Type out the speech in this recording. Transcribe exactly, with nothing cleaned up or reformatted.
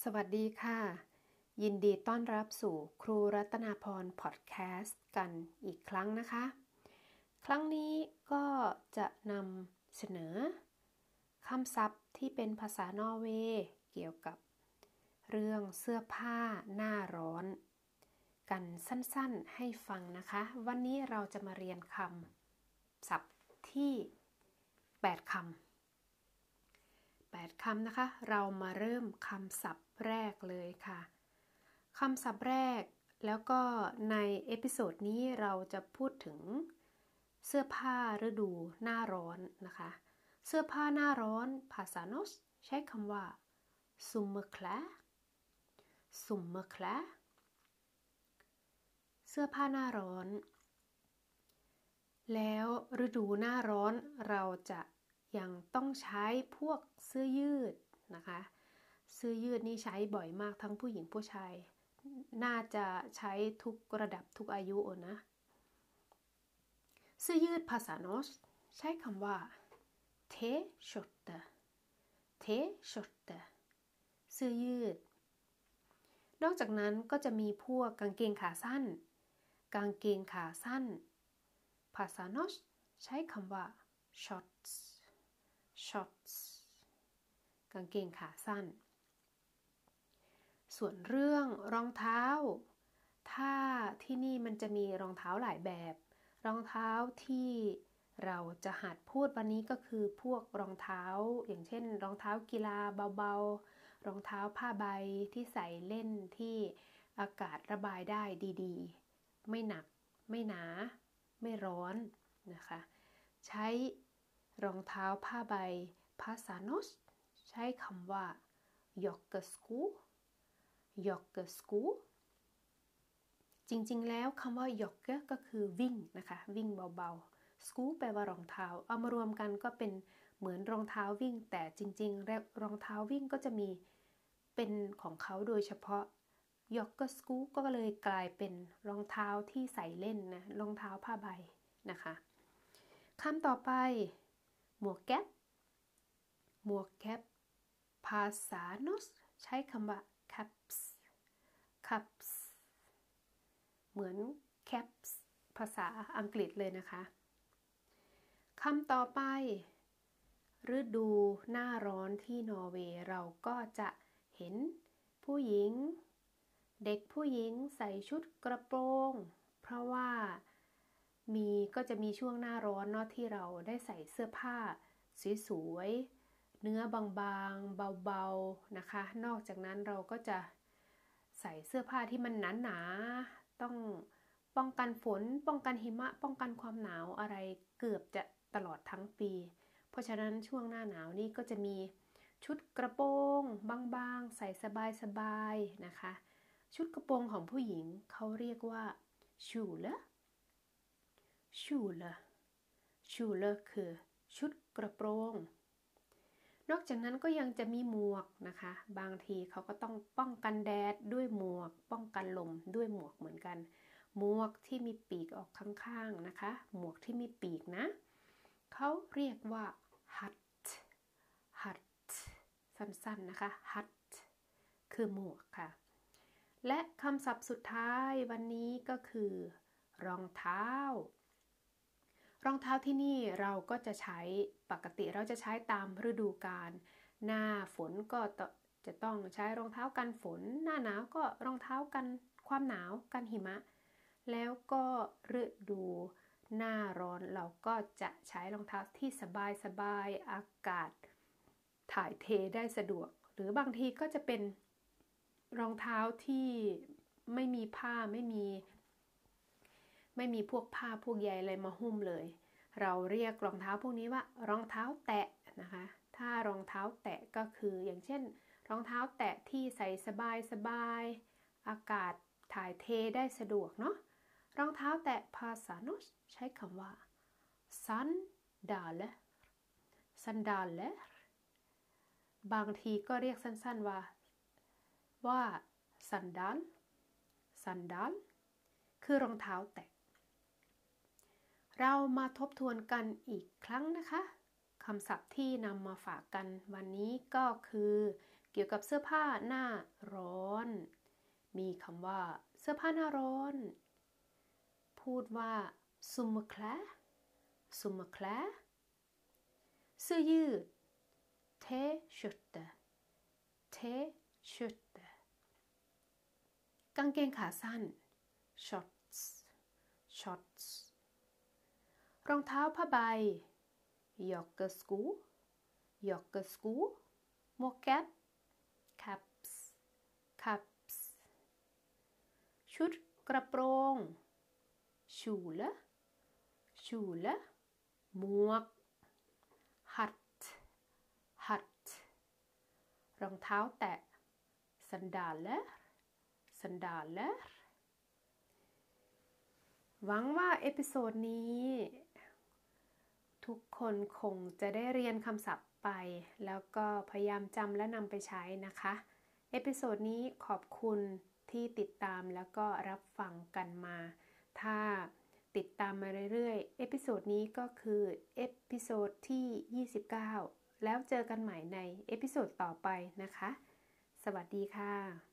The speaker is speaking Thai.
สวัสดีค่ะยินดีต้อนรับสู่ครูรัตนาพรพอดแคสต์กันอีกครั้งนะคะครั้งนี้ก็จะนำเสนอคำศัพท์ที่เป็นภาษานอร์เวย์เกี่ยวกับเรื่องเสื้อผ้าหน้าร้อนกันสั้นๆให้ฟังนะคะวันนี้เราจะมาเรียนคำศัพท์ที่แปดคำแปดคำนะคะเรามาเริ่มคำศัพท์แรกเลยค่ะคำศัพท์แรกแล้วก็ในเอพิโซดนี้เราจะพูดถึงเสื้อผ้าฤดูหน้าร้อนนะคะเสื้อผ้าหน้าร้อนภาษาโนสใช้คำว่า sommerklær sommerklær เสื้อผ้าหน้าร้อนแล้วฤดูหน้าร้อนเราจะยังต้องใช้พวกเสื้อยืดนะคะเสื้อยืดนี่ใช้บ่อยมากทั้งผู้หญิงผู้ชายน่าจะใช้ทุกระดับทุกอายุนะเสื้อยืดภาษาโนสใช้คำว่า t-skjorte t-skjorte เสื้อยืดนอกจากนั้นก็จะมีพวกกางเกงขาสั้นกางเกงขาสั้นภาษาโนสใช้คำว่า shorts shorts กางเกงขาสั้นส่วนเรื่องรองเท้าถ้าที่นี่มันจะมีรองเท้าหลายแบบรองเท้าที่เราจะหัดพูดวันนี้ก็คือพวกรองเท้าอย่างเช่นรองเท้ากีฬาเบาๆรองเท้าผ้าใบที่ใส่เล่นที่อากาศระบายได้ดีๆไม่หนักไม่หนาไม่ร้อนนะคะใช้รองเท้าผ้าใบภาษาโนสใช้คำว่า joggesko joggesko จริงๆแล้วคำว่า jogge ก็คือวิ่งนะคะวิ่งเบาๆ sko แปลว่ารองเท้าเอามารวมกันก็เป็นเหมือนรองเท้าวิ่งแต่จริงๆรองเท้าวิ่งก็จะมีเป็นของเขาโดยเฉพาะ joggesko ก็เลยกลายเป็นรองเท้าที่ใส่เล่นนะรองเท้าผ้าใบนะคะคำต่อไปหมวกแก๊ปหมวกแก๊ปภาษาโนสใช้คำว่า caps caps เหมือน caps ภาษาอังกฤษเลยนะคะคำต่อไปฤดูหน้าร้อนที่นอร์เวย์เราก็จะเห็นผู้หญิงเด็กผู้หญิงใส่ชุดกระโปรงเพราะว่ามีก็จะมีช่วงหน้าร้อนเนาะที่เราได้ใส่เสื้อผ้าสวยๆเนื้อบางๆเบาๆนะคะนอกจากนั้นเราก็จะใส่เสื้อผ้าที่มันหนาๆต้องป้องกันฝนป้องกันหิมะป้องกันความหนาวอะไรเกือบจะตลอดทั้งปีเพราะฉะนั้นช่วงหน้าหนาวนี่ก็จะมีชุดกระโปรงบางๆใส่สบายๆนะคะชุดกระโปรงของผู้หญิงเขาเรียกว่าชูเลชูเลชูเลคือชุดกระโปรงนอกจากนั้นก็ยังจะมีหมวกนะคะบางทีเขาก็ต้องป้องกันแดดด้วยหมวกป้องกันลมด้วยหมวกเหมือนกันหมวกที่มีปีกออกข้างๆนะคะหมวกที่มีปีกนะเขาเรียกว่า hat hat สั้นๆนะคะ hat คือหมวกค่ะและคำศัพท์สุดท้ายวันนี้ก็คือรองเท้ารองเท้าที่นี่เราก็จะใช้ปกติเราจะใช้ตามฤดูกาลหน้าฝนก็จะต้องใช้รองเท้ากันฝนหน้าหนาวก็รองเท้ากันความหนาวกันหิมะแล้วก็ฤดูหน้าร้อนเราก็จะใช้รองเท้าที่สบายสบายอากาศถ่ายเทได้สะดวกหรือบางทีก็จะเป็นรองเท้าที่ไม่มีผ้าไม่มีไม่มีพวกผ้าพวกใยอะไรมาหุ้มเลยเราเรียกรองเท้าพวกนี้ว่ารองเท้าแตะนะคะถ้ารองเท้าแตะก็คืออย่างเช่นรองเท้าแตะที่ใส่สบายสบายอากาศถ่ายเทได้สะดวกเนาะรองเท้าแตะภาษาโนสใช้คำว่า sandaler sandaler บางทีก็เรียกสั้นๆว่าว่า sandal sandal คือรองเท้าแตะเรามาทบทวนกันอีกครั้งนะคะคำศัพท์ที่นำมาฝากกันวันนี้ก็คือเกี่ยวกับเสื้อผ้าหน้าร้อนมีคำว่าเสื้อผ้าหน้าร้อนพูดว่า sommerklær sommerklær เสื้อยืด T-skjorte T-skjorte กางเกงขาสั้น shorts shorts รองเท้าผ้าใบ joggesko joggesko หมวกแก๊ป caps caps ชุดกระโปรง kjole kjole หมวก hatt hatt รองเท้าแตะ sandaler sandaler หวังว่าเอพิโซดนี้ทุกคนคงจะได้เรียนคำศัพท์ไปแล้วก็พยายามจำและนำไปใช้นะคะเอพิโซดนี้ขอบคุณที่ติดตามแล้วก็รับฟังกันมาถ้าติดตามมาเรื่อยๆเอพิโซดนี้ก็คือเอพิโซดที่ยี่สิบเก้าแล้วเจอกันใหม่ในเอพิโซดต่อไปนะคะสวัสดีค่ะ